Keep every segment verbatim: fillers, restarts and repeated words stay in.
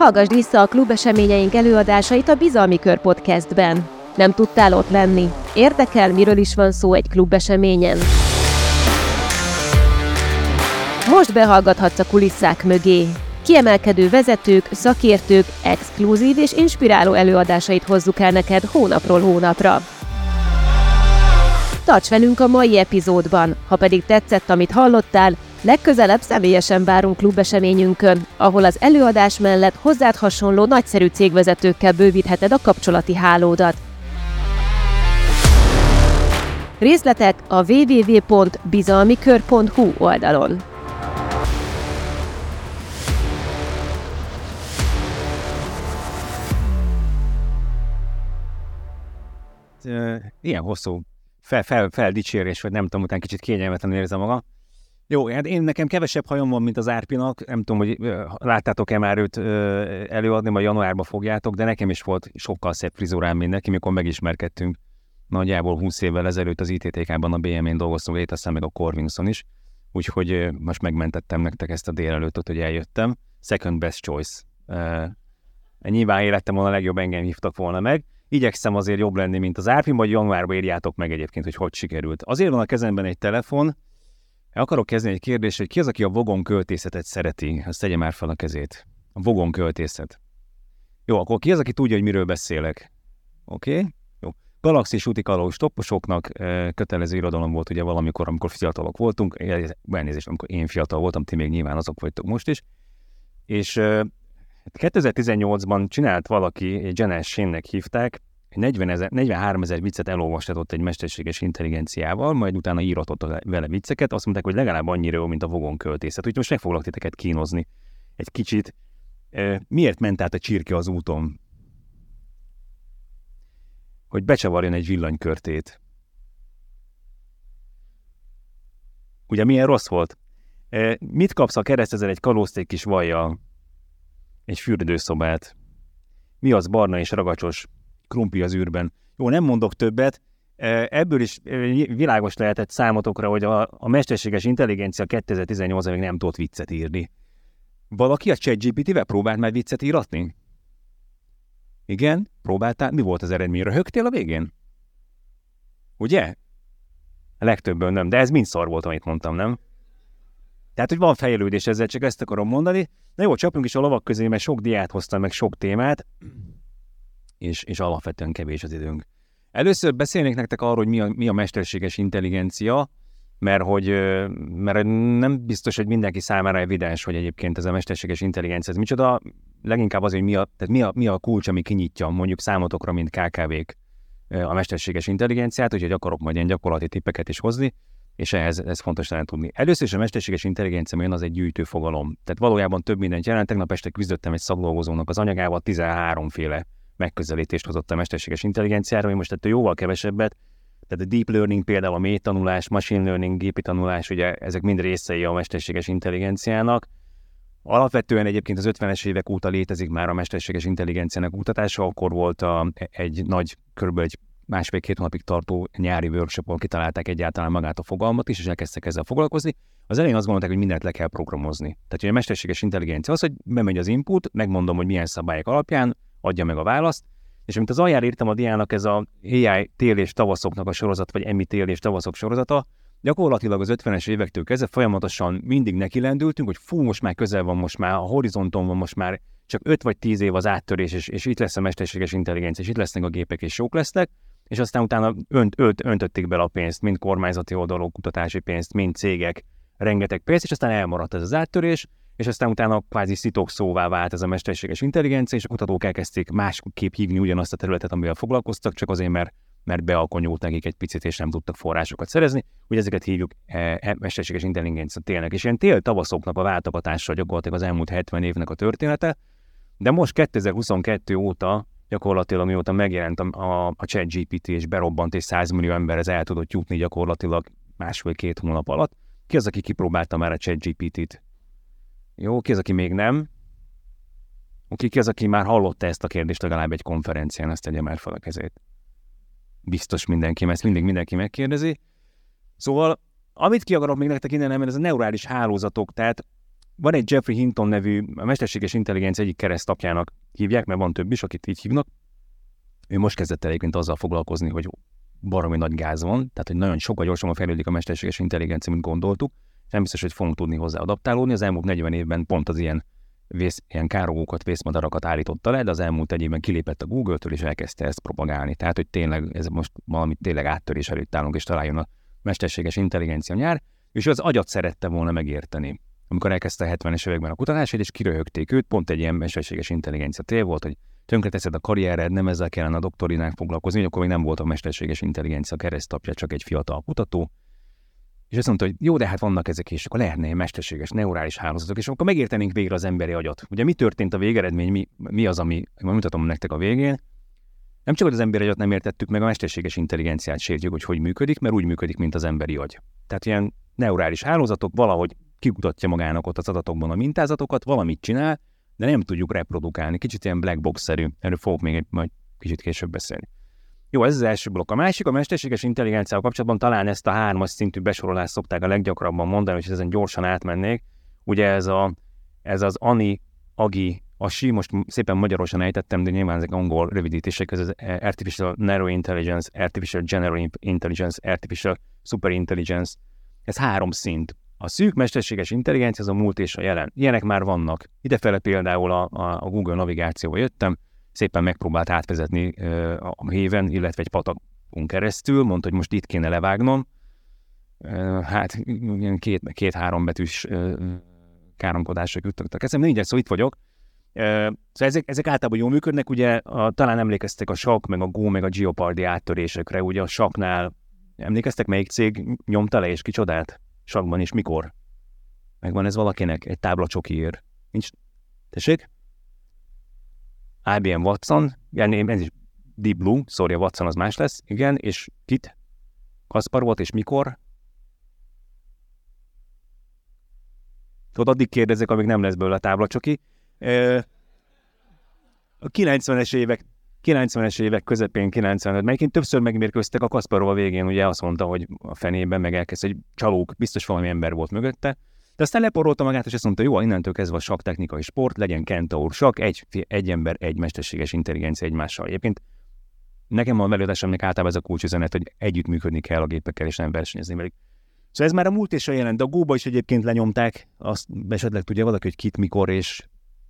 Hallgasd vissza a klubeseményeink előadásait a Bizalmi Kör podcastben. Nem tudtál ott lenni? Érdekel, miről is van szó egy klubeseményen? Most behallgathatsz a kulisszák mögé. Kiemelkedő vezetők, szakértők, exkluzív és inspiráló előadásait hozzuk el neked hónapról hónapra. Tarts velünk a mai epizódban, ha pedig tetszett, amit hallottál, legközelebb személyesen várunk klubeseményünkön, ahol az előadás mellett hozzád hasonló nagyszerű cégvezetőkkel bővítheted a kapcsolati hálódat. Részletek a double-u double-u double-u pont bizalmikör pont hu oldalon. Ilyen hosszú fel, fel, feldicsérés, vagy nem tudom, után kicsit kényelmetlenül érzem magam. Jó, hát én nekem kevesebb hajam van, mint az Árpinak, nem tudom, hogy láttátok-e már őt előadni, majd januárban fogjátok, de nekem is volt sokkal szebb frizurám, mint neki, mikor megismerkedtünk nagyjából húsz évvel ezelőtt az i té té ká-ban a bé em en dolgoztunk, itt aztán meg a Corvinson is, úgyhogy most megmentettem nektek ezt a délelőttöt, hogy eljöttem. Second best choice. Nyilván élettem volna a legjobb, engem hívtak volna meg. Igyekszem azért jobb lenni, mint az Árpi, majd januárban írjátok meg egyébként, hogy hogy sikerült. Azért van a kezemben egy telefon. Akarok kezdeni egy kérdést, hogy ki az, aki a Vogon költészetet szereti? Azt tegye már fel a kezét. A Vogon költészet. Jó, akkor ki az, aki tudja, hogy miről beszélek? Oké? Okay? Jó. Galaxis utikalós topposoknak kötelező irodalom volt ugye valamikor, amikor fiatalok voltunk. Elnézést, amikor én fiatal voltam, ti még nyilván azok vagytok most is. És kétezer-tizennyolcban csinált valaki, egy Janelle Shane-nek hívták, negyvenháromezer viccet elolvastatott egy mesterséges intelligenciával, majd utána íratott vele vicceket, azt mondták, hogy legalább annyira jó, mint a Vogon költészet. Úgyhogy most meg foglak titeket kínozni egy kicsit. Miért ment át a csirke az úton? Hogy becsavarjon egy villanykörtét. Ugye milyen rossz volt? Mit kapsz, ha keresztezel egy kalózték kis vajjal? Egy fürdőszobát. Mi az barna és ragacsos krumpli az űrben? Jó, nem mondok többet. Ebből is világos lehetett számotokra, hogy a, a mesterséges intelligencia kétezer-tizennyolcban még nem tudott viccet írni. Valaki a ChatGPT-vel próbált már viccet íratni? Igen? Próbáltál? Mi volt az eredmény? Röhögtél a végén? Ugye? A legtöbben nem, de ez mind szar volt, amit mondtam, nem? Tehát, hogy van fejlődés ezzel, csak ezt akarom mondani. Na jó, csapjunk is a lovak közé, mert sok diát hoztam, meg sok témát, és, és alapvetően kevés az időnk. Először beszélnék nektek arról, hogy mi a, mi a mesterséges intelligencia, mert, hogy, mert nem biztos, hogy mindenki számára evidens, hogy egyébként ez a mesterséges intelligencia, ez micsoda, leginkább az, hogy mi a, tehát mi a, mi a kulcs, ami kinyitja mondjuk számotokra, mint ká ká vék a mesterséges intelligenciát, úgyhogy akarok majd ilyen gyakorlati tippeket is hozni, és ehhez ez fontos lenne tudni. Először is a mesterséges intelligencia olyan az egy gyűjtő fogalom. Tehát valójában több mindent jelent. Tegnap este küzdöttem egy szakdolgozónak az anyagával, tizenháromféle megközelítést hozott a mesterséges intelligenciára, hogy most ettől jóval kevesebbet. Tehát a deep learning például, a mély tanulás, machine learning, gépi tanulás, ugye ezek mind részei a mesterséges intelligenciának. Alapvetően egyébként az ötvenes évek óta létezik már a mesterséges intelligenciának kutatása, akkor volt a, egy nagy, körülbelül egy másfél-két hónapig tartó nyári workshopon kitalálták egyáltalán magát a fogalmat is, és elkezdtek ezzel foglalkozni. Az elején azt gondolták, hogy mindent le kell programozni. Tehát, hogy a mesterséges intelligencia az, hogy bemegy az input, megmondom, hogy milyen szabályok alapján, adja meg a választ, és amit az aljára írtam a diának, ez a á i tél és tavaszoknak a sorozat, vagy em i tél és tavaszok sorozata, gyakorlatilag az ötvenes évektől kezdve folyamatosan mindig nekilendültünk, hogy fú, most már közel van, most már a horizonton van, most már csak öt vagy tíz év az áttörés, és, és itt lesz a mesterséges intelligencia, és itt lesznek a gépek, és jók lesznek, és aztán utána önt, önt, öntötték bele a pénzt, mind kormányzati oldalú kutatási pénzt, mind cégek, rengeteg pénzt, és aztán elmaradt ez az áttörés, és aztán utána kvázi szitokszóvá vált ez a mesterséges intelligencia, és a kutatók elkezdték másképp hívni ugyanazt a területet, amivel foglalkoztak, csak azért, mert, mert bealkonyult nekik egy picit, és nem tudtak forrásokat szerezni, hogy ezeket hívjuk e, e, mesterséges intelligencia télnek. És ilyen tél-tavaszoknak a váltogatása gyakorlatilag az elmúlt hetven évnek a története, de most kétezer-huszonkettő óta gyakorlatilag mióta megjelent a, a, a ChatGPT és berobbant, és száz millió emberhez el tudott jutni gyakorlatilag másfél-két hónap alatt. Ki az, aki kipróbálta már a ChatGPT-t? Jó, ki az, aki még nem? Oké, ki az, aki már hallotta ezt a kérdést legalább egy konferencián, ezt tegye már fel a kezét. Biztos mindenki, mert ezt mindig mindenki megkérdezi. Szóval, amit ki akarok még nektek innen emelni, ez a neurális hálózatok, tehát van egy Jeffrey Hinton nevű, a mesterséges intelligencia egyik keresztapjának hívják, mert van több is, akit így hívnak. Ő most kezdett el egyébként azzal foglalkozni, hogy baromi nagy gáz van, tehát hogy nagyon sokkal gyorsabban fejlődik a mesterséges intelligencia, mint gondoltuk, és nem biztos, hogy fogunk tudni hozzá adaptálódni. Az elmúlt negyven évben pont az ilyen, vész, ilyen károgókat, vészmadarakat állította le, de az elmúlt egy évben kilépett a Google-től, és elkezdte ezt propagálni. Tehát, hogy tényleg ez most valami tényleg áttörés előtt állunk, és találjon a mesterséges intelligencia nyár, és ő az agyat szerette volna megérteni. Amikor elkezdte a hetvenes években a kutatását, és kiröhögték őt, pont egy ilyen mesterséges intelligencia tél volt, hogy tönkreteszed a karriered, nem ezzel kellene a doktorinák foglalkozni, hogy akkor még nem volt a mesterséges intelligencia keresztapja, csak egy fiatal kutató. És azt mondta, hogy jó, de hát vannak ezek, és akkor lehetne mesterséges neurális hálózatok, és akkor megértenénk végre az emberi agyat. Ugye mi történt a végeredmény, mi, mi az, ami, majd mutatom nektek a végén. Nem csak, hogy az emberi agyat nem értettük meg, a mesterséges intelligenciát sértjük, hogy hogy működik, mert úgy működik, mint az emberi agy. Tehát ilyen neurális hálózatok valahogy kikutatja magának ott az adatokban a mintázatokat, valamit csinál, de nem tudjuk reprodukálni. Kicsit ilyen black box-szerű. Erről fogok még majd kicsit később beszélni. Jó, ez az első blokk. A másik, a mesterséges intelligenciával kapcsolatban talán ezt a hármas szintű besorolást szokták a leggyakrabban mondani, hogy ezen gyorsan átmennék. Ugye ez, a, ez az ANI, AGI, ASI, most szépen magyarosan ejtettem, de nyilván ezek angol rövidítések, ez az Artificial Narrow Intelligence, Artificial General Intelligence, Artificial Superintelligence. Ez három szint. A szűk mesterséges intelligencia, az a múlt és a jelen. Ilyenek már vannak. Idefele például a, a Google navigációba jöttem, szépen megpróbált átvezetni uh, a héven, illetve egy patakon keresztül, mondta, hogy most itt kéne levágnom. Uh, hát két, két-három betűs uh, káromkodások jutottak eszembe, mindegy, szóval itt vagyok. Uh, szóval ezek, ezek általában jól működnek, ugye a, talán emlékeztek a sakk, meg a Go, meg a Jeopardy áttörésekre, ugye a sakknál, emlékeztek, melyik cég nyomta le és kicsodát? Sakkban is mikor? Megvan ez valakinek? Egy tábla csokiér. Nincs? Tessék? I B M Watson, igen, ez is Deep Blue, sorry, a Watson az más lesz, igen, és kit? Kasparov és mikor? Tudod, addig kérdezek, amíg nem lesz belőle a táblacsoki. A kilencvenes évek, kilencvenes évek közepén, kilencvenöt, melyiként többször megmérkőztek a Kasparov a végén, ugye azt mondta, hogy a fenében meg elkezdte, hogy csalók, biztos valami ember volt mögötte. De aztán leporolta magát, és azt mondta, jó, innentől kezdve a sakktechnikai sport, legyen Kentaur sakk, egy, egy ember, egy mesterséges intelligencia egymással. Egyébként nekem a előadásamnak általában ez a kulcsüzenet, hogy együttműködni kell a gépekkel, és nem versenyezni velük. Szóval ez már a múlt és a jelen, de a Go-ba is egyébként lenyomták, azt esetleg tudja valaki, hogy kit, mikor, és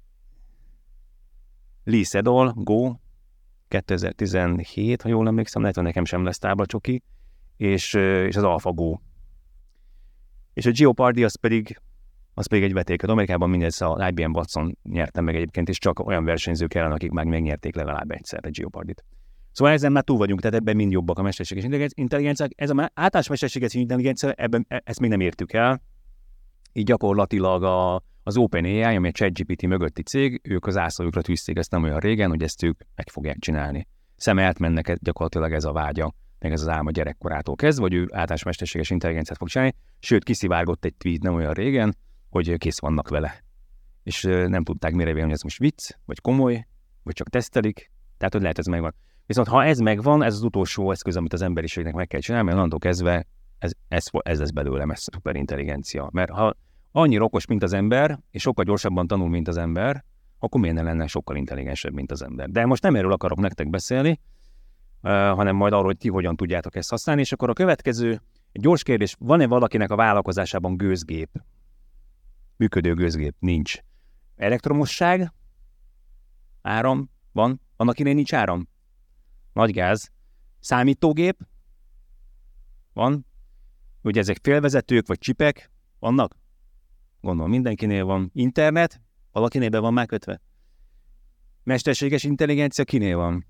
Lee Sedol, Go, kétezer-tizenhét, ha jól emlékszem, lehet, hogy nekem sem lesz táblacsoki, és, és az AlphaGo. És a Jeopardy az pedig, az pedig egy vetéket. Amerikában mindez az I B M Watson nyerte meg egyébként, és csak olyan versenyzők ellen, akik már megnyerték legalább egyszer a Jeopardy-t. Szóval ezen már túl vagyunk, tehát ebben mind jobbak a mesterséges intelligenciák. Ez a általános mesterséges intelligencia, ebben ezt még nem értük el. Így gyakorlatilag a, az OpenAI, ami a ChatGPT mögötti cég, ők az ászlójukra tűzték ezt nem olyan régen, hogy ezt ők meg fogják csinálni. Szem eltmennek, gyakorlatilag ez a vágya, meg ez az álma gyerekkorától kezdve, hogy ő általános mesterséges intelligenciát fog csinálni, sőt kiszivárgott egy tweet nem olyan régen, hogy kész vannak vele. És nem tudták mire vélni, hogy ez most vicc, vagy komoly, vagy csak tesztelik, tehát hogy lehet ez megvan. Viszont ha ez megvan, ez az utolsó eszköz, amit az emberiségnek meg kell csinálni, mert onnantól kezdve ez, ez, ez lesz belőlem, ez szuperintelligencia. Mert ha annyira okos, mint az ember, és sokkal gyorsabban tanul, mint az ember, akkor miért ne lenne sokkal intelligensebb, mint az ember. De most nem erről akarok nektek beszélni, Uh, hanem majd arról, hogy ti hogyan tudjátok ezt használni. És akkor a következő, egy gyors kérdés, van-e valakinek a vállalkozásában gőzgép? Működő gőzgép? Nincs. Elektromosság? Áram? Van? Van, akinél nincs áram? Nagy gáz. Számítógép? Van? Ugye ezek félvezetők, vagy csipek? Vannak? Gondolom mindenkinél van. Internet? Valakinél be van már kötve? Mesterséges intelligencia kinél van?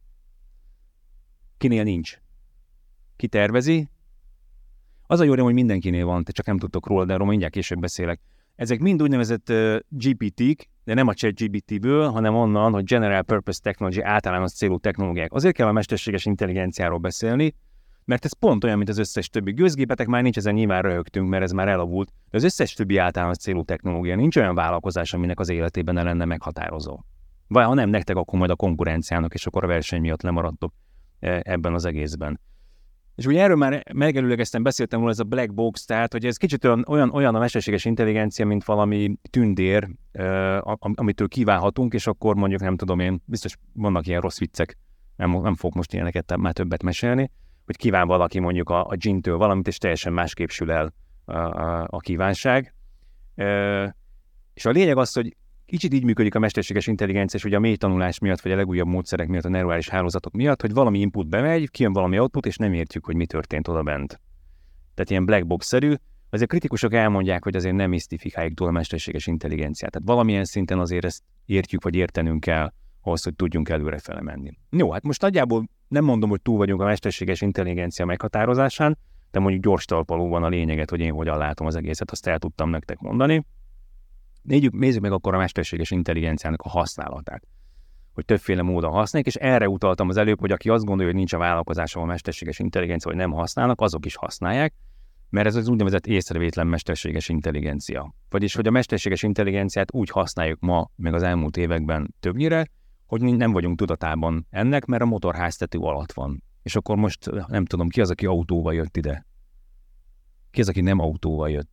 Kinél nincs? Ki tervezi? Az a jó, hogy mindenkinél van, te csak nem tudtok róla, de arról mindjárt később beszélek. Ezek mind úgynevezett uh, gé pé té-k, de nem a ChatGPT-ből, hanem onnan, hogy General Purpose Technology, általános célú technológiák. Azért kell a mesterséges intelligenciáról beszélni, mert ez pont olyan, mint az összes többi gőzgépetek, már nincs, ezen nyilván röhögtünk, mert ez már elavult, de az összes többi általános célú technológia, nincs olyan vállalkozás, aminek az életében ne lenne meghatározó. Vagy ha nem nektek, akkor majd a konkurenciának, és akkor a verseny miatt lemaradtok ebben az egészben. És ugye erről már megelőlegeztem, beszéltem róla, ez a black box, tehát hogy ez kicsit olyan, olyan, olyan a mesterséges intelligencia, mint valami tündér, uh, amitől kívánhatunk, és akkor mondjuk nem tudom én, biztos vannak ilyen rossz viccek, nem, nem fogok most ilyeneket már többet mesélni, hogy kíván valaki mondjuk a, a dzsintől valamit, és teljesen másképp sül el a, a, a kívánság. Uh, és a lényeg az, hogy kicsit így működik a mesterséges intelligencia, és ugye a mély tanulás miatt, vagy a legújabb módszerek miatt, a neurális hálózatok miatt, hogy valami input bemegy, kijön valami output, és nem értjük, hogy mi történt oda bent. Tehát ilyen black box-szerű. Azért kritikusok elmondják, hogy azért nem misztifikáljuk túl a mesterséges intelligenciát. Tehát valamilyen szinten azért ezt értjük, vagy értenünk kell ahhoz, hogy tudjunk előrefele menni. Jó, hát most nagyjából nem mondom, hogy túl vagyunk a mesterséges intelligencia meghatározásán, de mondjuk gyors talpalóban a lényeget, hogy én hogyan látom az egészet, azt el tudtam nektek mondani. Nézzük, nézzük meg akkor a mesterséges intelligenciának a használatát, hogy többféle módon használják, és erre utaltam az előbb, hogy aki azt gondolja, hogy nincs a vállalkozáson a mesterséges intelligencia, vagy nem használnak, azok is használják, mert ez az úgynevezett észrevétlen mesterséges intelligencia. Vagyis, hogy a mesterséges intelligenciát úgy használjuk ma, meg az elmúlt években többnyire, hogy nem vagyunk tudatában ennek, mert a motorháztető alatt van. És akkor most nem tudom, ki az, aki autóval jött ide? Ki az, aki nem autóval jött?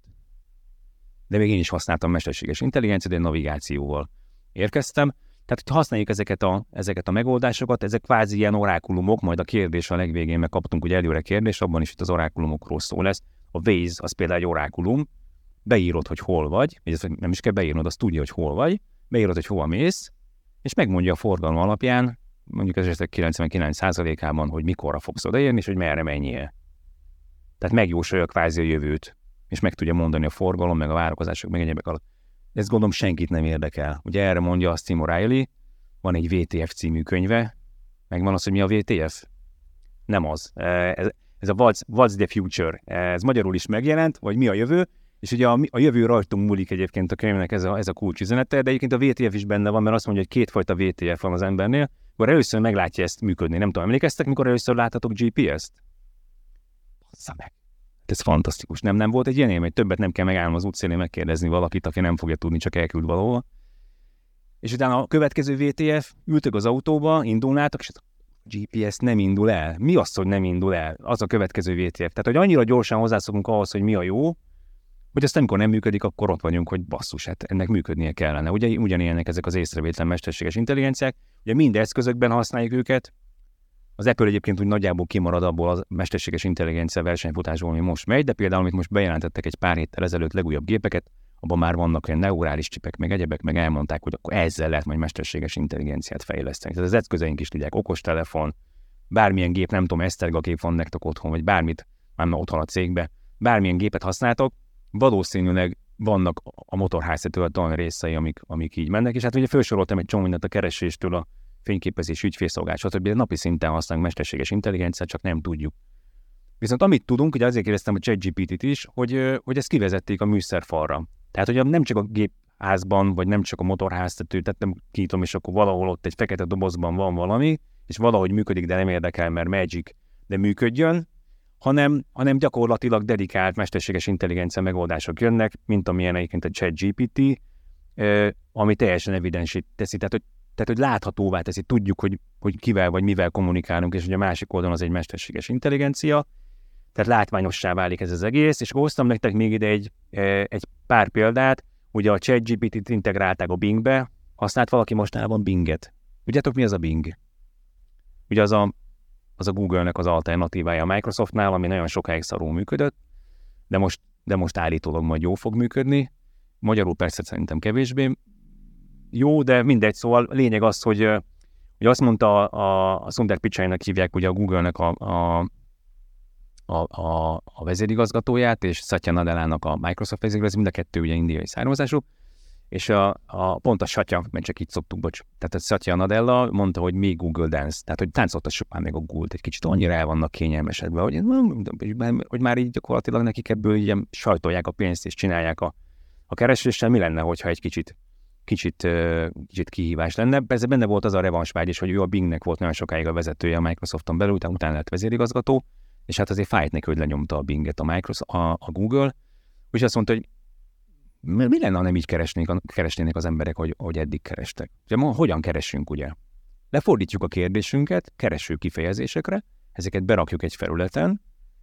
De még én is használtam mesterséges intelligenciát, de navigációval érkeztem. Tehát, hogy használjuk ezeket a, ezeket a megoldásokat, ezek kvázi ilyen orákulumok, majd a kérdés a legvégén megkaptunk ugye előre kérdés, abban is itt az orákulumokról szó lesz. A Waze az például egy orákulum, beírod, hogy hol vagy, és nem is kell beírnod, azt tudja, hogy hol vagy, beírod, hogy hova mész, és megmondja a forgalom alapján, mondjuk az esetek kilencvenkilenc százalékában, hogy mikorra fogsz odaérni, és hogy merre menjél. Tehát megjósolja kvázi a jövőt, és meg tudja mondani a forgalom, meg a várakozások, meg egyébek alatt. Ezt gondolom senkit nem érdekel. Ugye erre mondja azt Tim O'Reilly, van egy vé té ef című könyve, megvan az, hogy mi a vé té ef? Nem az. Ez, ez a What's, What's the Future. Ez magyarul is megjelent, vagy mi a jövő, és ugye a, a jövő rajtunk múlik egyébként a könyvnek ez a, ez a kulcsüzenete, de egyébként a vé té ef is benne van, mert azt mondja, hogy kétfajta vé té ef van az embernél, akkor először meglátja ezt működni. Nem tudom, emlékeztek, mikor először láthatok gé pé es-t? Bassza meg. Ez fantasztikus. Nem, nem volt egy ilyen élmény, többet nem kell megállnom az útszélén megkérdezni valakit, aki nem fogja tudni, csak elküld valahova. És utána a következő vé té ef, ültök az autóba, indulnátok, és a gé pé es nem indul el. Mi az, hogy nem indul el? Az a következő vé té ef. Tehát, hogy annyira gyorsan hozzászokunk ahhoz, hogy mi a jó, hogy azt amikor nem működik, akkor ott vagyunk, hogy basszus, hát ennek működnie kellene. Ugye ugyanilyenek ezek az észrevétlen mesterséges intelligenciák, ugye mind eszközökben használjuk őket. Az Apple egyébként úgy nagyjából kimarad abból a mesterséges intelligencia versenyfutásból, ami most megy, de például, amit most bejelentettek egy pár héttel ezelőtt legújabb gépeket, abban már vannak olyan neurális csipek, meg egyebek, meg elmondták, hogy akkor ezzel lehet majd mesterséges intelligenciát fejleszteni. Tehát az eszközeink is tudják, okostelefon, bármilyen gép, nem tudom, Eszterga gép van nektek otthon, vagy bármit, már otthon a cégbe, bármilyen gépet használtok, valószínűleg vannak a motorháztető olyan részei, amik, amik így mennek, és hát ugye felsoroltam egy csomó mindent a kereséstől a fényképezés, ügyfélszolgálat, stb. Napi szinten használunk mesterséges intelligenciát, csak nem tudjuk. Viszont amit tudunk, ugye azért kérdeztem a ChatGPT-t is, hogy, hogy ezt kivezették a műszerfalra. Tehát, hogy nem csak a gépházban, vagy nem csak a motorháztető, tehát nem kinyitom, és akkor valahol ott egy fekete dobozban van valami, és valahogy működik, de nem érdekel, mert magic, de működjön, hanem, hanem gyakorlatilag dedikált mesterséges intelligencia megoldások jönnek, mint amilyen egyébként a ChatGPT, ami teljesen evidensé teszi. Tehát, hogy Tehát, hogy láthatóvá teszi, tudjuk, hogy, hogy kivel vagy mivel kommunikálunk, és hogy a másik oldalon az egy mesterséges intelligencia, tehát látványossá válik ez az egész, és hoztam nektek még ide egy, egy pár példát, ugye a ChatGPT-t integrálták a Bingbe, használt valaki mostanában Binget. Tudjátok, mi az a Bing? Ugye az a, az a Google-nek az alternatívája a Microsoftnál, ami nagyon sokáig szarul működött, de most, de most állítólag majd jó fog működni. Magyarul persze szerintem kevésbé jó, de mindegy, szóval lényeg az, hogy, hogy azt mondta a, a Sundar Pichainak hívják ugye a Google-nek a, a, a, a, a vezérigazgatóját, és Satya Nadellának a Microsoft vezérigazgatóját, mind a kettő ugye indiai származású, és a, a, pont a Satya, mert csak így szoktuk, bocs, tehát a Satya Nadella mondta, hogy még Google Dance, tehát hogy táncoltassuk már meg a Google-t, egy kicsit annyira el vannak kényelmesedve, hogy, hogy már így gyakorlatilag nekik ebből így sajtolják a pénzt, és csinálják a, a kereséssel. Mi lenne, hogyha egy kicsit Kicsit, kicsit kihívás lenne. Persze benne volt az a revansvágy is, hogy ő a Bingnek volt nagyon sokáig a vezetője a Microsofton belül, utána, utána lett vezérigazgató, és hát azért fájt neki, hogy lenyomta a Binget a, Microsoft, a, a Google, és azt mondta, hogy mi lenne, ha nem így keresnék, keresnének az emberek, hogy, hogy eddig kerestek. Ugye, hogyan keresünk, ugye? Lefordítjuk a kérdésünket kereső kifejezésekre, ezeket berakjuk egy felületen,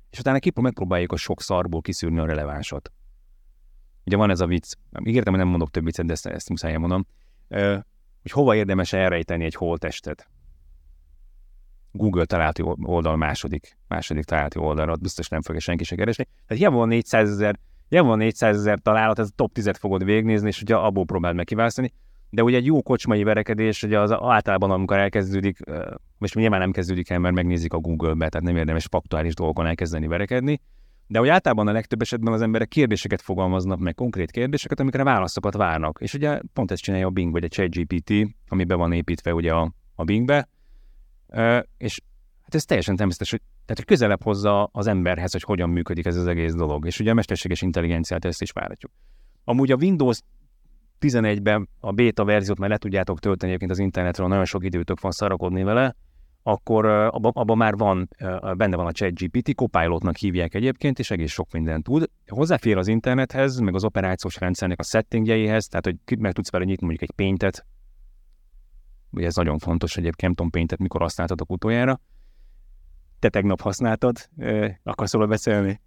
és utána kipro megpróbáljuk a sok szarból kiszűrni a relevánsat. Ugye van ez a vicc, ígértem, hogy nem mondok több viccet, de ezt, ezt muszáj elmondom, hogy hova érdemes elrejteni egy holttestet. Google találati oldal második, második találati oldalra, biztos nem fogja senki se keresni. Tehát hiába van négyszázezer, hiába van négyszázezer találat, ez a top tízet fogod végignézni, és ugye abból próbáld meg kiválasztani. De ugye egy jó kocsmai verekedés, ugye az általában, amikor elkezdődik, most nyilván nem kezdődik el, mert megnézik a Google-be, tehát nem érdemes faktuális dolgokon elkezdeni verekedni, de hogy általában a legtöbb esetben az emberek kérdéseket fogalmaznak meg, konkrét kérdéseket, amikre válaszokat várnak. És ugye pont ezt csinálja a Bing, vagy a ChatGPT, ami be van építve ugye a, a Bingbe, Uh, és hát ez teljesen természetes, hogy, tehát, hogy közelebb hozza az emberhez, hogy hogyan működik ez az egész dolog. És ugye a mesterséges intelligenciát ezt is várhatjuk. Amúgy a Windows tizenegyben a beta verziót már le tudjátok tölteni egyébként az internetről, nagyon sok időtök van szarakodni vele, akkor uh, abban abba már van, uh, benne van a ChatGPT, Copilotnak hívják egyébként, és egész sok mindent tud. Hozzáfér az internethez, meg az operációs rendszernek a settingjeihez, tehát hogy meg tudsz vele nyitni mondjuk egy paintet. Ugye ez nagyon fontos egyébként, nem tudom, Paintet mikor használtatok utoljára. Te tegnap használtad, akarsz róla beszélni?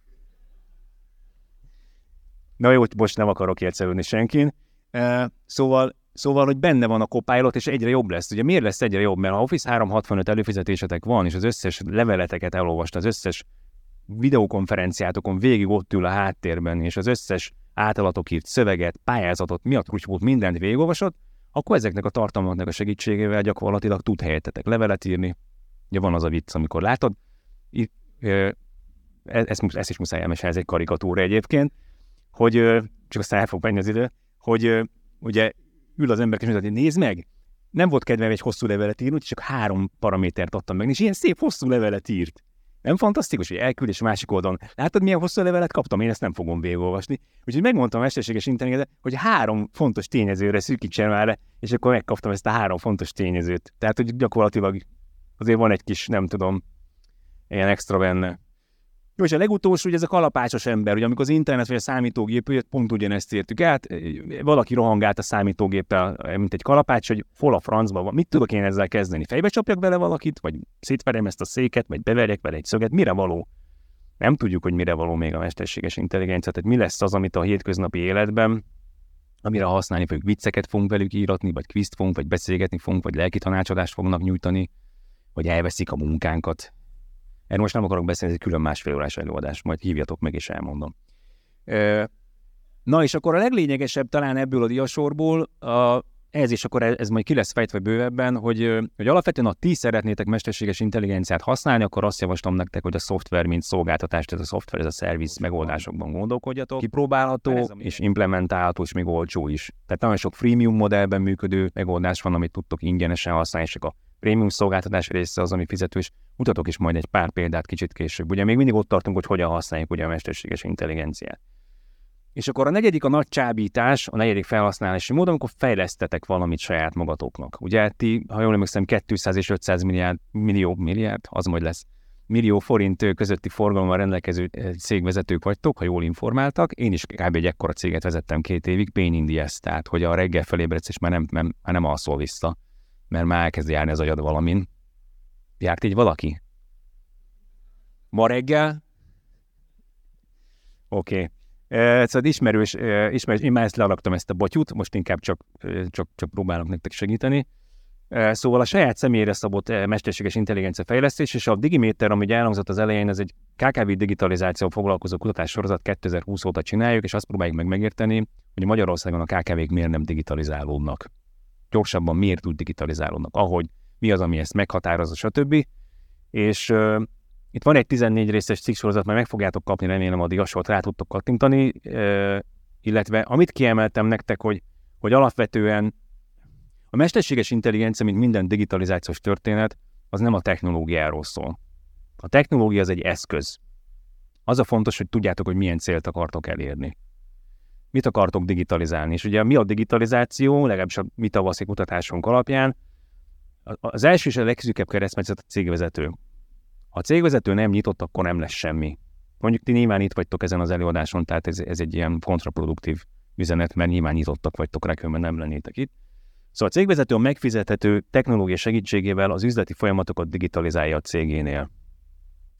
Na jó, most nem akarok értszerülni senkin. Szóval, szóval, hogy benne van a Copilot, és egyre jobb lesz. Ugye miért lesz egyre jobb? Mert ha Office háromszázhatvanöt előfizetésetek van, és az összes leveleteket elolvast, az összes videokonferenciátokon végig ott ül a háttérben, és az összes általatok írt szöveget, pályázatot, miatt úgy volt, mindent végigolvasott, akkor ezeknek a tartalmaknak a segítségével gyakorlatilag tud helyettetek levelet írni. Ugye van az a vicc, amikor látod, itt, ezt, ezt is muszáj elmesélni, ez egy karikatúra egyébként, hogy csak aztán el fog menni az idő, hogy ugye ül az ember, és mondja, hogy nézd meg, nem volt kedvem egy hosszú levelet írni, úgyhogy csak három paramétert adtam meg, és ilyen szép hosszú levelet írt. Nem fantasztikus, hogy elküld, és másik oldalon. Látod, milyen hosszú levelet kaptam? Én ezt nem fogom végigolvasni. Úgyhogy megmondtam a mesterséges intelligenciát, hogy három fontos tényezőre szűkítsen már le, és akkor megkaptam ezt a három fontos tényezőt. Tehát, hogy gyakorlatilag azért van egy kis, nem tudom, ilyen extra benne. Jó, és a legutolsó, ugye ez a kalapácsos ember, ugye amikor az internet vagy a számítógép, ugye pont ugyanezt értük át, valaki rohangált a számítógéppel, mint egy kalapács, hogy hol a francban van, mit tudok én ezzel kezdeni? Fejbe csapjak vele valakit, vagy szétverem ezt a széket, vagy beverjek vele egy szöget, mire való? Nem tudjuk, hogy mire való még a mesterséges intelligencia, tehát mi lesz az, amit a hétköznapi életben, amire használni fogjuk, vicceket fogunk velük íratni, vagy kvízt fogunk, vagy beszélgetni fogunk, vagy lelki tanácsadást fognak nyújtani, vagy elveszik a munkánkat. Erről most nem akarok beszélni, ez egy külön másfél órás előadás, majd hívjatok meg és elmondom. Na és akkor a leglényegesebb talán ebből a diasorból, a, ez is akkor ez majd ki lesz fejtve bővebben, hogy, hogy alapvetően ha ti szeretnétek mesterséges intelligenciát használni, akkor azt javaslom nektek, hogy a szoftver mint szolgáltatás, tehát a szoftver, ez a szerviz megoldásokban gondolkodjatok. Kipróbálható és implementálható és még olcsó is. Tehát nagyon sok freemium modellben működő megoldás van, amit tudtok ingyenesen használni, és a prémium szolgáltatás része az, ami fizetős. Mutatok is majd egy pár példát kicsit később. Ugye még mindig ott tartunk, hogy hogyan használjuk ugye a mesterséges intelligenciát. És akkor a negyedik a nagy csábítás, a negyedik felhasználási mód, amikor fejlesztetek valamit saját magatoknak. Ugye ti, ha jól emlékszem, kétszáz és ötszáz milliárd, millió, milliárd, az majd lesz, millió forint közötti forgalommal rendelkező cégvezetők vagytok, ha jól informáltak. Én is kb. Egy ekkora céget vezettem két évig, Pain in the ass, tehát hogy a reggel felébredsz, és már nem, nem, már nem alszol vissza, mert már elkezd járni az agyad valamin. Járt így valaki? Ma reggel? Oké. Okay. Uh, szóval ismerős, uh, ismerős, én már ezt lealaktam ezt a batyút, most inkább csak, uh, csak, csak próbálok nektek segíteni. Uh, szóval a saját személyre szabott uh, mesterséges intelligencia fejlesztés, és a Digiméter, ami elhangzott az elején, ez egy ká ká vé digitalizáció foglalkozó kutatássorozat, kétezer-húsz óta csináljuk, és azt próbáljuk meg megérteni, hogy Magyarországon a ká ká vék miért nem digitalizálódnak. Gyorsabban miért tud digitalizálódnak, ahogy mi az, ami ezt meghatározza, stb. És uh, itt van egy tizennégy részes cikksorozat, majd meg fogjátok kapni, remélem a diasort rá tudtok kattintani, uh, illetve amit kiemeltem nektek, hogy, hogy alapvetően a mesterséges intelligencia, mint minden digitalizációs történet, az nem a technológiáról szól. A technológia az egy eszköz. Az a fontos, hogy tudjátok, hogy milyen célt akartok elérni. Mit akartok digitalizálni? És ugye mi a digitalizáció, legalábbis a mi tavaszi kutatásunk alapján, az első és a legszűkebb keresztmetszet a cégvezető. Ha a cégvezető nem nyitott, akkor nem lesz semmi. Mondjuk ti nyilván itt vagytok ezen az előadáson, tehát ez, ez egy ilyen kontraproduktív üzenet, mert nyilván nyitottak vagytok rá, különben nem lennétek itt. Szóval a cégvezető a megfizethető technológia segítségével az üzleti folyamatokat digitalizálja a cégénél.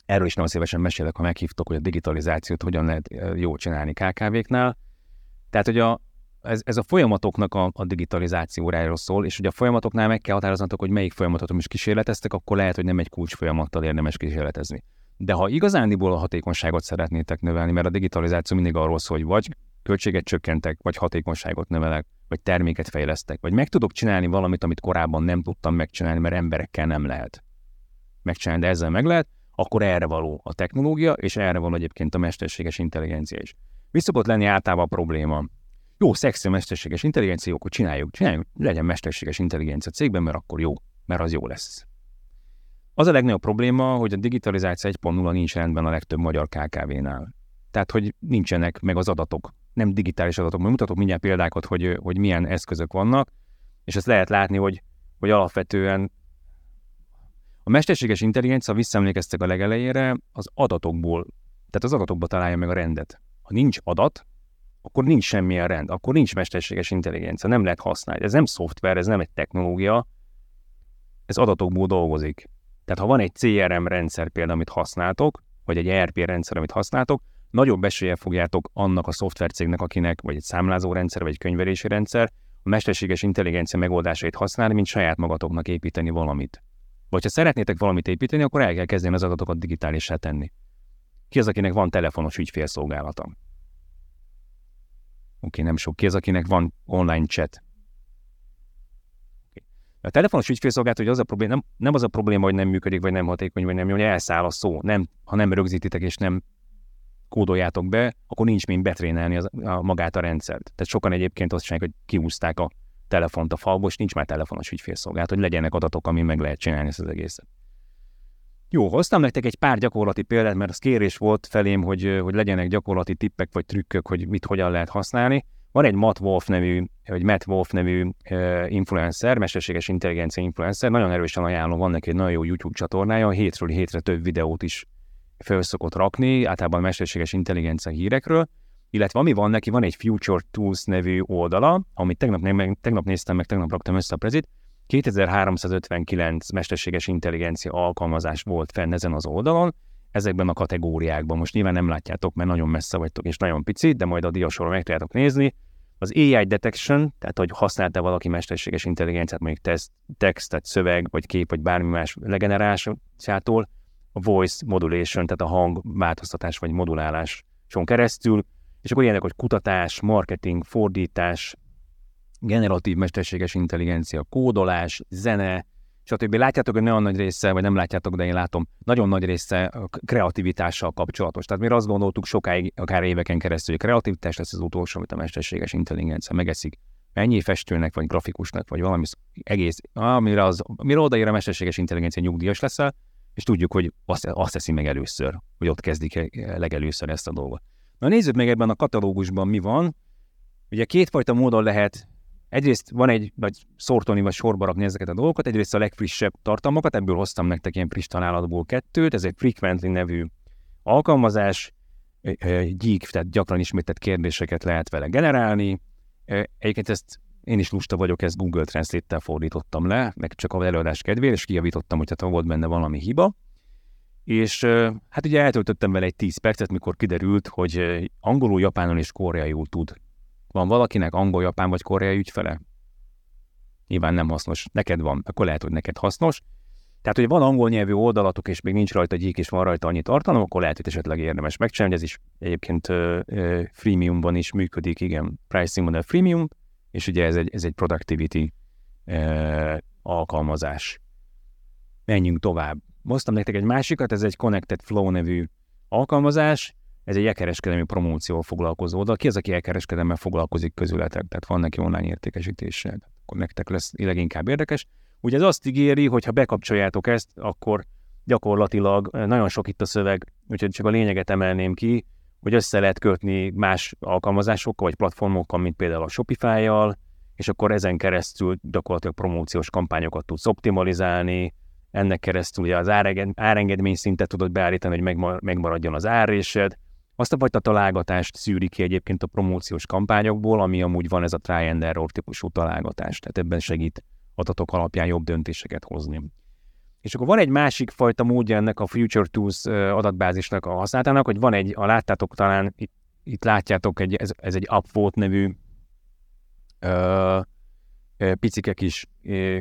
Erről is nagyon szívesen mesélek, ha meghívtok, hogy a digitalizációt hogyan lehet jól csinálni ká ká véknál. Tehát, hogy a, ez, ez a folyamatoknak a, a digitalizációráról szól, és hogy a folyamatoknál meg kell határoznatok, hogy melyik folyamatot is kísérleteztek, akkor lehet, hogy nem egy kulcs folyamattal érdemes kísérletezni. De ha igazándiból a hatékonyságot szeretnétek növelni, mert a digitalizáció mindig arról szól, hogy vagy költséget csökkentek, vagy hatékonyságot növelek, vagy terméket fejlesztek, vagy meg tudok csinálni valamit, amit korábban nem tudtam megcsinálni, mert emberekkel nem lehet megcsinálni, de ezzel meg lehet, akkor erre való a technológia, és erre való egyébként a mesterséges intelligencia is. Mi szokott lenni általában a probléma? Jó, szexi mesterséges intelligencia, akkor csináljuk, csináljuk, legyen mesterséges intelligencia cégben, mert akkor jó, mert az jó lesz. Az a legnagyobb probléma, hogy a digitalizáció egy pont nulla nincs rendben a legtöbb magyar ká ká vénál. Tehát, hogy nincsenek meg az adatok, nem digitális adatok. Majd mutatok mindjárt példákat, hogy, hogy milyen eszközök vannak, és azt lehet látni, hogy, hogy alapvetően a mesterséges intelligencia, ha visszaemlékeztek a legelejére, az adatokból, tehát az adatokból találja meg a rendet. Ha nincs adat, akkor nincs semmilyen rend, akkor nincs mesterséges intelligencia, nem lehet használni. Ez nem szoftver, ez nem egy technológia, ez adatokból dolgozik. Tehát ha van egy cé er em rendszer például, amit használtok, vagy egy é er pé rendszer, amit használtok, nagyobb eséllyel fogjátok annak a szoftvercégnek, akinek, vagy egy számlázó rendszer, vagy egy könyvelési rendszer, a mesterséges intelligencia megoldásait használni, mint saját magatoknak építeni valamit. Vagy ha szeretnétek valamit építeni, akkor el kell kezdeni az adatokat digitálissá tenni. Ki az, akinek van telefonos ügyfélszolgálata? Oké, okay, nem sok. Ki az, akinek van online chat? Okay. A telefonos ügyfélszolgálat, hogy az a probléma, nem, nem az a probléma, hogy nem működik, vagy nem hatékony, vagy nem jó, hogy elszáll a szó. Nem, ha nem rögzítitek és nem kódoljátok be, akkor nincs mint betrénelni az, a, magát a rendszert. Tehát sokan egyébként azt csinálják, hogy kihúzták a telefont a falból, és nincs már telefonos ügyfélszolgálat, hogy legyenek adatok, amin meg lehet csinálni ezt az egészet. Jó, hoztam nektek egy pár gyakorlati példát, mert az kérés volt felém, hogy, hogy legyenek gyakorlati tippek vagy trükkök, hogy mit hogyan lehet használni. Van egy Matt Wolf nevű, vagy Matt Wolf nevű uh, influencer, mesterséges intelligencia influencer, nagyon erősen ajánlom, van neki egy nagyon jó YouTube csatornája, hétről hétre több videót is fel szokott rakni, általában mesterséges intelligencia hírekről, illetve ami van neki, van egy Future Tools nevű oldala, amit tegnap, nem, tegnap néztem meg, tegnap raktam össze a prezit, kétezer-háromszázötvenkilenc mesterséges intelligencia alkalmazás volt fenn ezen az oldalon, ezekben a kategóriákban. Most nyilván nem látjátok, mert nagyon messze vagytok és nagyon pici, de majd a diasoron meg tudjátok nézni. Az á i detection, tehát hogy használta valaki mesterséges intelligenciát, mondjuk text, text, tehát szöveg, vagy kép, vagy bármi más legenerálásától, a voice modulation, tehát a hang változtatás vagy moduláláson keresztül, és akkor ilyenek, hogy kutatás, marketing, fordítás, generatív mesterséges intelligencia, kódolás, zene, stb. Látjátok, hogy nagyon nagy része, vagy nem látjátok, de én látom, nagyon nagy része a kreativitással kapcsolatos. Tehát mi azt gondoltuk sokáig, akár éveken keresztül, hogy a kreativitás lesz az utolsó, amit a mesterséges intelligencia megeszik. Ennyi festőnek, vagy grafikusnak, vagy valami egész, amire, az, amire odaér a mesterséges intelligencia, nyugdíjas leszel, és tudjuk, hogy azt, azt teszi meg először, hogy ott kezdik legelőször ezt a dolgot. Na nézzük meg ebben a katalógusban mi van. Ugye kétfajta módon lehet, egyrészt van egy, vagy szortolni, vagy sorba rakni ezeket a dolgokat, egyrészt a legfrissebb tartalmakat, ebből hoztam nektek ilyen friss találatból kettőt, ez egy Frequently nevű alkalmazás, gyík, tehát gyakran ismételt kérdéseket lehet vele generálni. Egyébként ezt én is lusta vagyok, ezt Google Translate-tel fordítottam le, meg csak az előadás kedvéért, és kijavítottam, hogy hát volt benne valami hiba. És hát ugye eltöltöttem vele egy tíz percet, mikor kiderült, hogy angolul, japánul és koreaiul tud. Van valakinek angol, japán vagy koreai ügyfele? Nyilván nem hasznos. Neked van, akkor lehet, hogy neked hasznos. Tehát, hogy van angol nyelvű oldalatok, és még nincs rajta gyík, és van rajta annyi tartalom, akkor lehet, hogy esetleg érdemes megcsinálni. Ez is egyébként uh, uh, freemiumban is működik, igen, pricingban a freemium, és ugye ez egy, ez egy productivity uh, alkalmazás. Menjünk tovább. Hoztam nektek egy másikat, ez egy Connected Flow nevű alkalmazás, ez egy e-kereskedelmi promócióval foglalkozó oldal. Ki az, aki e-kereskedelemmel foglalkozik közületek? Tehát van neki online értékesítése, akkor nektek lesz leginkább érdekes. Ugye ez azt ígéri, hogy ha bekapcsoljátok ezt, akkor gyakorlatilag nagyon sok itt a szöveg, úgyhogy csak a lényeget emelném ki, hogy össze lehet kötni más alkalmazásokkal, vagy platformokkal, mint például a Shopify-jal, és akkor ezen keresztül gyakorlatilag promóciós kampányokat tudsz optimalizálni, ennek keresztül ugye az árengedmény szintet tudod beállítani, hogy megmaradjon az árrésed. Azt a fajta találgatást szűri ki egyébként a promóciós kampányokból, ami amúgy van, ez a try and error típusú találgatás, tehát ebben segít adatok alapján jobb döntéseket hozni. És akkor van egy másik fajta módja ennek a Future Tools adatbázisnak a használatának, hogy van egy, ha láttátok talán, itt, itt látjátok, egy, ez, ez egy Upvote nevű ö, ö, picike kis ö,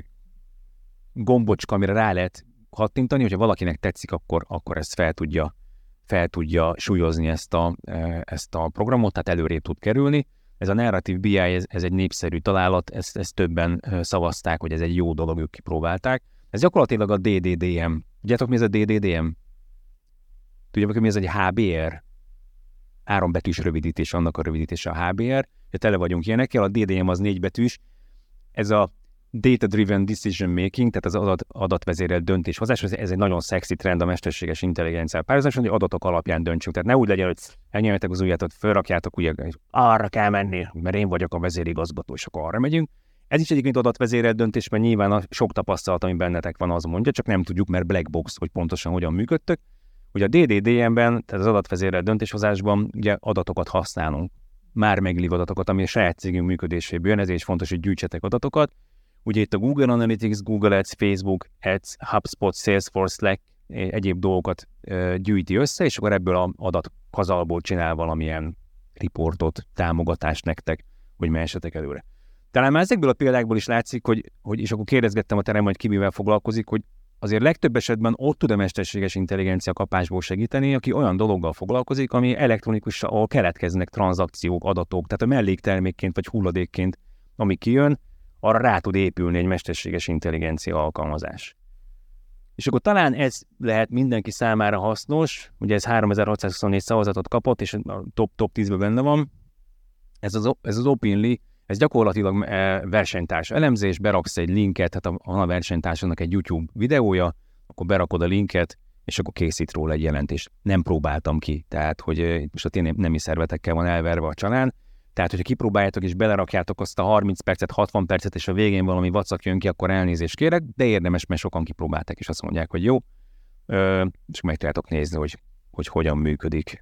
gombocska, amire rá lehet kattintani, hogyha valakinek tetszik, akkor, akkor ezt fel tudja, fel tudja súlyozni ezt a, ezt a programot, tehát előrébb tud kerülni. Ez a Narrative bé i, ez, ez egy népszerű találat, ezt, ezt többen szavazták, hogy ez egy jó dolog, ők kipróbálták. Ez gyakorlatilag a dé dé dé em. Tudjátok, mi ez a dé dé dé em? Tudjátok, mi ez egy há bé er? Három betűs rövidítés, annak a rövidítése a há bé er. De tele vagyunk ilyenekkel, a dé dé em az négy betűs. Ez a Data-Driven Decision Making, tehát az adat, adatvezérelt döntéshozás, ez egy nagyon szexi trend a mesterséges intelligenciál párhuzamosan, hogy adatok alapján döntsünk. Tehát ne úgy legyen, hogy elnyelmetek az ujjatot, felrakjátok, ugye, arra kell menni, mert én vagyok a vezérigazgató, és akkor arra megyünk. Ez is egyébként adatvezérelt döntés, mert nyilván a sok tapasztalat, ami bennetek van, az mondja, csak nem tudjuk, mert black box, hogy pontosan hogyan működtök. Ugye a dé dé dé em-ben, tehát az adatvezérelt döntéshozásban ugye adatokat használunk, már meglévő adatokat, ami a saját cégünk működéséből jön, ezért is fontos, hogy gyűjtsetek adatokat. Ugye itt a Google Analytics, Google Ads, Facebook Ads, HubSpot, Salesforce, Slack, egyéb dolgokat e, gyűjti össze, és akkor ebből az adatkazalból csinál valamilyen riportot, támogatást nektek, hogy mehessetek előre. Talán már ezekből a példákból is látszik, hogy, hogy és akkor kérdezgettem a teremben, hogy ki mivel foglalkozik, hogy azért legtöbb esetben ott tud a mesterséges intelligencia kapásból segíteni, aki olyan dologgal foglalkozik, ami elektronikus, ahol keletkeznek tranzakciók, adatok, tehát a melléktermékként vagy hulladékként, ami kijön, arra rá tud épülni egy mesterséges intelligencia alkalmazás. És akkor talán ez lehet mindenki számára hasznos, ugye ez háromezer-hatszázhuszonnégy szavazatot kapott, és a top-top tízben benne van. Ez az, ez az Opinly, ez gyakorlatilag versenytárs elemzés, beraksz egy linket, tehát ha a versenytársadnak egy YouTube videója, akkor berakod a linket, és akkor készít róla egy jelentést. Nem próbáltam ki, tehát hogy most a ti nemi szervetekkel van elverve a csalán, tehát hogyha kipróbáljátok és belerakjátok azt a harminc percet, hatvan percet, és a végén valami vacak jön ki, akkor elnézést kérek, de érdemes, mert sokan kipróbálták, és azt mondják, hogy jó, Ö, és meg tudjátok nézni, hogy, hogy hogyan működik.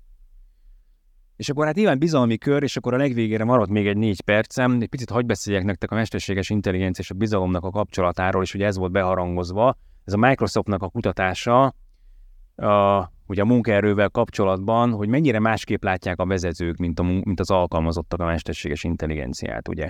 És akkor hát nyilván bizalmi kör, és akkor a legvégére maradt még egy négy percem, egy picit hadd beszéljek nektek a mesterséges intelligencia és a bizalomnak a kapcsolatáról, és ugye ez volt beharangozva. Ez a Microsoftnak a kutatása, a, ugye a munkaerővel kapcsolatban, hogy mennyire másképp látják a vezetők, mint, a, mint az alkalmazottak a mesterséges intelligenciát, ugye.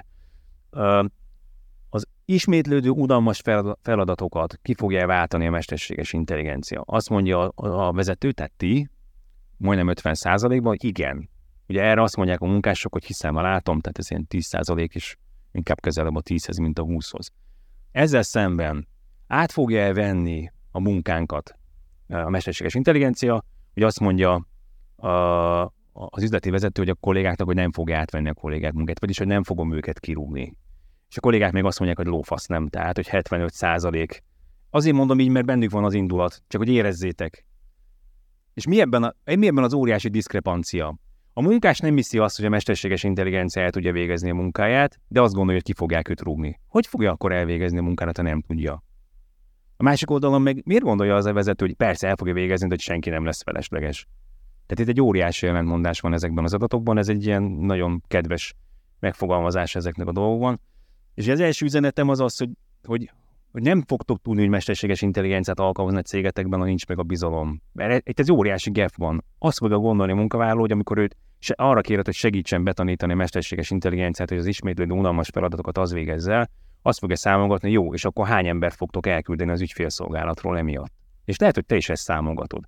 Az ismétlődő, unalmas feladatokat ki fogja váltani a mesterséges intelligencia. Azt mondja a, a vezető, tehát ti, majdnem ötven százalékban, hogy igen. Ugye erre azt mondják a munkások, hogy hiszem, ha látom, tehát ez ilyen tíz százalék is inkább közelebb a tízhez, mint a húszhoz. Ezzel szemben át fogja venni a munkánkat a mesterséges intelligencia, hogy azt mondja a, az üzleti vezető, hogy a kollégáknak, hogy nem fogja átvenni a kollégák munkát, vagyis, hogy nem fogom őket kirúgni. És a kollégák még azt mondják, hogy lófasz nem, tehát, hogy hetvenöt százalék. Azért mondom így, mert bennük van az indulat, csak hogy érezzétek. És mi ebben, a, mi ebben az óriási diszkrepancia? A munkás nem hiszi azt, hogy a mesterséges intelligencia el tudja végezni a munkáját, de azt gondolja, hogy ki fogják őt rúgni. Hogy fogja akkor elvégezni a munkáját, ha nem tudja? A másik oldalon meg miért gondolja az a vezető, hogy persze el fogja végezni, de hogy senki nem lesz felesleges? Tehát itt egy óriási ellentmondás van ezekben az adatokban, ez egy ilyen nagyon kedves megfogalmazás ezeknek a dolgokban. És az első üzenetem az az, hogy, hogy, hogy nem fogtok tudni, hogy mesterséges intelligenciát alkalmazni a cégetekben, ha nincs meg a bizalom. Mert itt egy óriási gap van. Azt fogja gondolni a munkavállaló, hogy amikor őt arra kéred, hogy segítsen betanítani a mesterséges intelligenciát, hogy az ismétlődő unalmas feladatokat az végezzel, azt fogja számolgatni, jó, és akkor hány embert fogtok elküldeni az ügyfélszolgálatról emiatt. És lehet, hogy te is ezt számolgatod.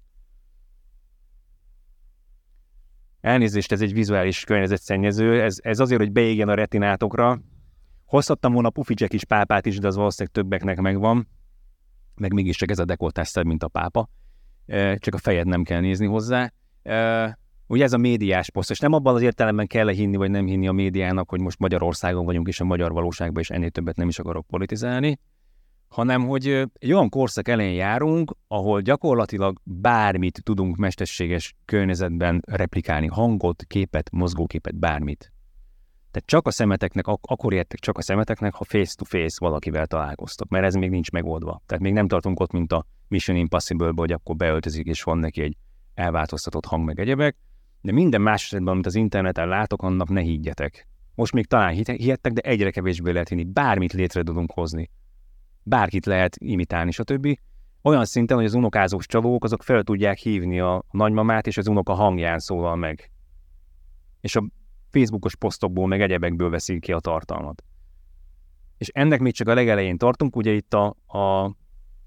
Elnézést, ez egy vizuális környezetszennyező, ez, ez azért, hogy beégjen a retinátokra. Hozhattam volna a pufi kis pápát is, de az valószínűleg többeknek megvan, meg mégiscsak ez a dekoltás szebb, mint a pápa. Csak a fejed nem kell nézni hozzá. Ugye ez a médiás poszt, és nem abban az értelemben kell hinni, vagy nem hinni a médiának, hogy most Magyarországon vagyunk, és a magyar valóságban is ennél többet nem is akarok politizálni, hanem hogy egy olyan korszak elején járunk, ahol gyakorlatilag bármit tudunk mesterséges környezetben replikálni, hangot, képet, mozgóképet, bármit. Tehát csak a szemeteknek, ak- akkor értek csak a szemeteknek, ha face-to-face valakivel találkoztok, mert ez még nincs megoldva. Tehát még nem tartunk ott, mint a Mission Impossible-ből, hogy akkor beöltözik, és van neki egy elváltoztatott hang meg egyebek, de minden más esetben, amit az interneten látok, annak ne higgyetek. Most még talán hihettek, de egyre kevésbé lehet hinni. Bármit létre tudunk hozni. Bárkit lehet imitálni, stb. Olyan szinten, hogy az unokázós csalók azok fel tudják hívni a nagymamát, és az unoka hangján szólal meg. És a Facebookos posztokból, meg egyebekből veszik ki a tartalmat. És ennek még csak a legelején tartunk, ugye itt a, a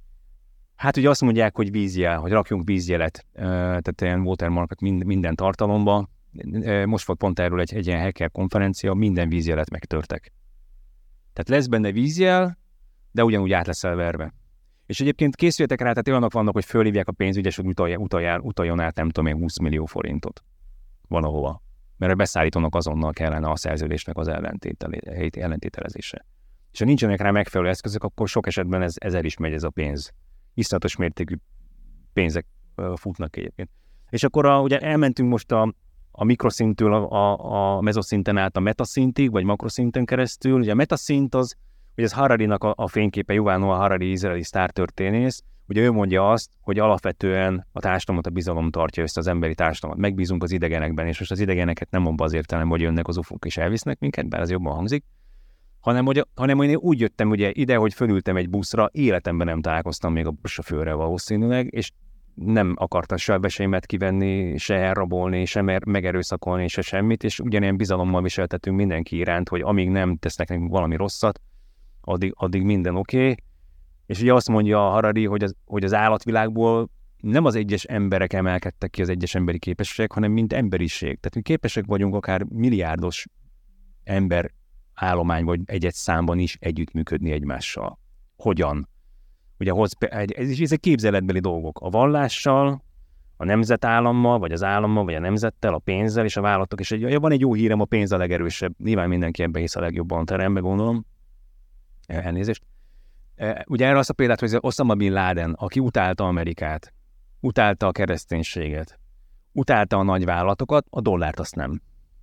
hát ugye azt mondják, hogy vízjel, hogy rakjunk vízjelet, tehát ilyen watermarkot minden tartalomba. Most volt pont erről egy, egy ilyen hacker konferencia, minden vízjelet megtörtek. Tehát lesz benne vízjel, de ugyanúgy át leszel verve. És egyébként készüljetek rá, tehát olyanok vannak, hogy fölhívják a pénzügyes, hogy utalja, utalja, utaljon át nem tudom én húsz millió forintot valahova. Mert a beszállítónak azonnal kellene a szerződésnek az ellentételezése. És ha nincsenek rá megfelelő eszközök, akkor sok esetben ez, ez el is megy ez a pénz. Iszonyatos mértékű pénzek uh, futnak egyébként. És akkor a, ugye elmentünk most a, a mikroszintől a, a, a mezoszinten át a metaszintig, vagy makroszinten keresztül. Ugye a metaszint az, hogy ez Hararinak a, a fényképe, Yuval Noah Harari izraeli sztártörténész, ugye ő mondja azt, hogy alapvetően a társadalmat a bizalom tartja össze, az emberi társadalmat. Megbízunk az idegenekben, és most az idegeneket nem abban az értelemben, hogy jönnek az ufók és elvisznek minket, bár ez jobban hangzik, hanem hogy, hanem hogy én úgy jöttem ugye ide, hogy fölültem egy buszra, életemben nem találkoztam még a buszsofőrrel valószínűleg, és nem akarta se a veseimet kivenni, se elrabolni, se megerőszakolni, se semmit, és ugyanilyen bizalommal viseltetünk mindenki iránt, hogy amíg nem tesznek nekünk valami rosszat, addig, addig minden oké. Okay. És ugye azt mondja a Harari, hogy az, hogy az állatvilágból nem az egyes emberek emelkedtek ki az egyes emberi képességek, hanem mint emberiség. Tehát mi képesek vagyunk akár milliárdos ember állomány vagy egy-egy számban is együttműködni egymással. Hogyan? Ugye ez is ezek képzeletbeli dolgok. A vallással, a nemzetállammal, vagy az állammal, vagy a nemzettel, a pénzzel és a vállalatok. És egy, van egy jó hírem, a pénz a legerősebb. Nyilván mindenki ebben hisz a legjobban a terembe, gondolom. Elnézést. Ugye erre azt a példát, hogy Osama Bin Laden, aki utálta Amerikát, utálta a kereszténységet, utálta a nagyvállalatokat, a dollárt azt nem.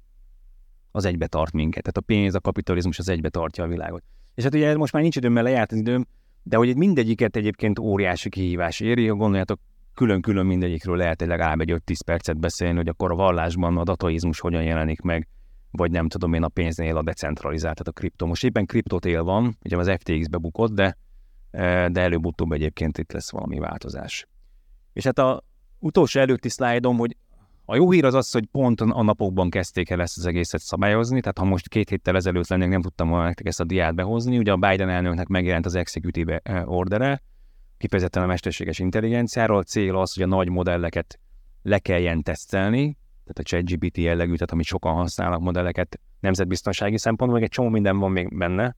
Az egybe tart minket. Tehát a pénz, a kapitalizmus az egybe tartja a világot. És hát ugye most már nincs időm, mert lejárt az időm, de hogy mindegyiket egyébként óriási kihívás éri, ha gondoljátok, külön-külön mindegyikről lehet egy legalább egy öt-tíz percet beszélni, hogy akkor a vallásban a dataizmus hogyan jelenik meg, vagy nem tudom én, a pénznél a decentralizált, tehát a kriptó. Most éppen kriptotél van, ugye az ef té iksz-be bukott, de, de előbb-utóbb egyébként itt lesz valami változás. És hát a utolsó előtti szlájdom, hogy a jó hír az az, hogy pont a napokban kezdték el ezt az egészet szabályozni, tehát ha most két héttel ezelőtt lennék, nem tudtam volna nektek ezt a diát behozni. Ugye a Biden elnöknek megjelent az executive ordere, kifejezetten a mesterséges intelligenciáról. A cél az, hogy a nagy modelleket le kelljen tesztelni, tehát a ChatGPT jellegű, tehát amit sokan használnak modelleket nemzetbiztonsági szempontból, meg egy csomó minden van még benne.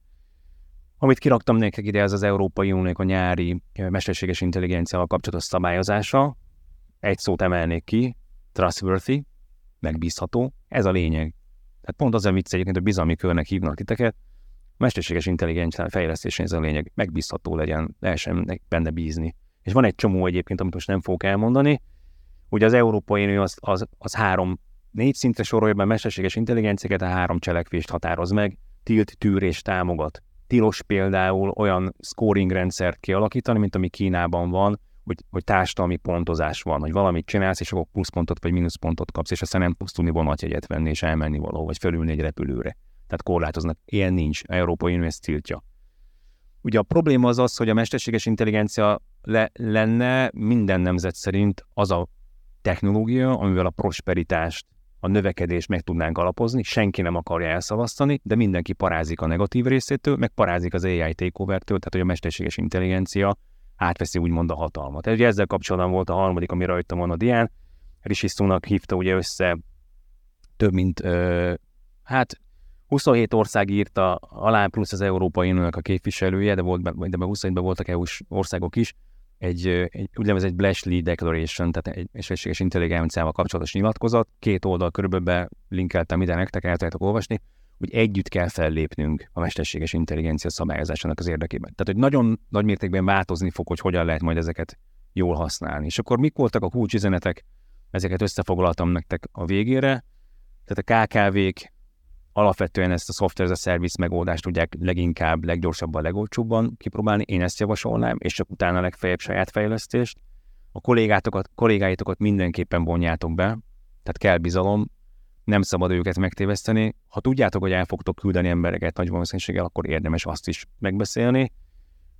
Amit kiraktam nektek ide, ez az Európai Uniónak a nyári mesterséges intelligenciával kapcsolatos szabályozása. Egy szót emelnék ki, trustworthy, megbízható, ez a lényeg. Tehát pont az a vicc egyébként, hogy bizalmi körnek hívnak titeket, a mesterséges intelligencia fejlesztésén ez a lényeg, megbízható legyen, lehessen benne bízni. És van egy csomó egyébként, amit most nem fogok elmondani, ugye az Európai Unió az, az, az három, négy szintre sorolja be a mesterséges intelligenciákat, a három cselekvést határoz meg, tilt, tűr és támogat. Tilos például olyan scoring rendszert kialakítani, mint ami Kínában van, hogy, hogy társadalmi pontozás van, hogy valamit csinálsz, és akkor pluszpontot vagy mínuszpontot kapsz, és aztán nem tudsz tudni vonatjegyet venni, és elmenni valahol, vagy felülni egy repülőre. Tehát korlátoznak. Ilyen nincs. A Európai Unió ezt tiltja. Ugye a probléma az az, hogy a mesterséges intelligencia le, lenne minden nemzet szerint az a technológia, amivel a prosperitást, a növekedést meg tudnánk alapozni, senki nem akarja elszavaztani, de mindenki parázik a negatív részétől, meg parázik az á i takeover-től, tehát hogy a mesterséges intelligencia átveszi úgymond a hatalmat. Ugye ezzel kapcsolatban volt a harmadik, ami rajtam van a dián. Rishi Sunak hívta ugye össze több mint, ö, hát huszonhét ország írta alá, plusz az Európai Uniónak a képviselője, de, volt, de be huszonhétben voltak é u-s országok is, egy, egy úgynevezett Bletchley Declaration, tehát egy mesterséges intelligenciával kapcsolatos nyilatkozat, két oldal körülbelül linkeltem ide nektek, el tudjátok olvasni, hogy együtt kell fellépnünk a mesterséges intelligencia szabályozásának az érdekében. Tehát, hogy nagyon nagy mértékben változni fog, hogy hogyan lehet majd ezeket jól használni. És akkor mik voltak a kulcsüzenetek, ezeket összefoglaltam nektek a végére. Tehát a ká ká vék alapvetően ezt a software as a service megoldást tudják leginkább, leggyorsabban, legolcsóbban kipróbálni. Én ezt javasolnám, és csak utána legfeljebb saját fejlesztést. A kollégátokat, kollégáitokat mindenképpen vonjátok be, tehát kell bizalom, nem szabad őket megtéveszteni. Ha tudjátok, hogy el fogtok küldeni embereket nagy valószínűséggel, akkor érdemes azt is megbeszélni.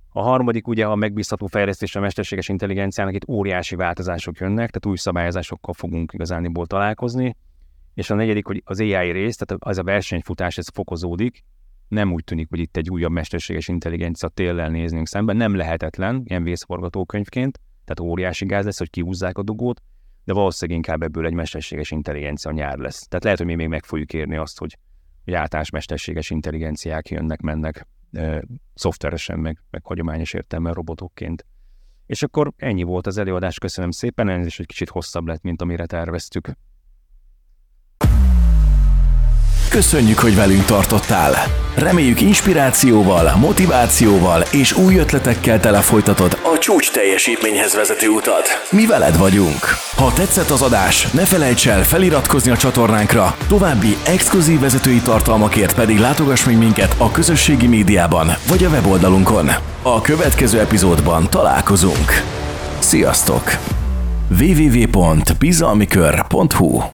A harmadik ugye a megbízható fejlesztésre a mesterséges intelligenciának, itt óriási változások jönnek, tehát új szabályozásokkal fogunk igazániból találkozni. És a negyedik, hogy az á i rész, tehát az a versenyfutás, ez fokozódik. Nem úgy tűnik, hogy itt egy újabb mesterséges intelligencia téllel néznénk szemben. Nem lehetetlen, ilyen vészforgatókönyvként, tehát óriási gáz lesz, hogy kihúzzák a dugót, de valószínűleg inkább ebből egy mesterséges intelligencia nyár lesz. Tehát lehet, hogy mi még meg fogjuk érni azt, hogy, hogy általános mesterséges intelligenciák jönnek, mennek e, szoftveresen, meg, meg hagyományos értelemben robotokként. És akkor ennyi volt az előadás, köszönöm szépen, ez is egy kicsit hosszabb lett, mint amire terveztük. Köszönjük, hogy velünk tartottál! Reméljük inspirációval, motivációval és új ötletekkel tele folytatod a csúcs teljesítményhez vezető utat. Mi veled vagyunk! Ha tetszett az adás, ne felejts el feliratkozni a csatornánkra, további exkluzív vezetői tartalmakért pedig látogass meg minket a közösségi médiában vagy a weboldalunkon. A következő epizódban találkozunk. Sziasztok! double-u double-u double-u pont bizalmikör pont hu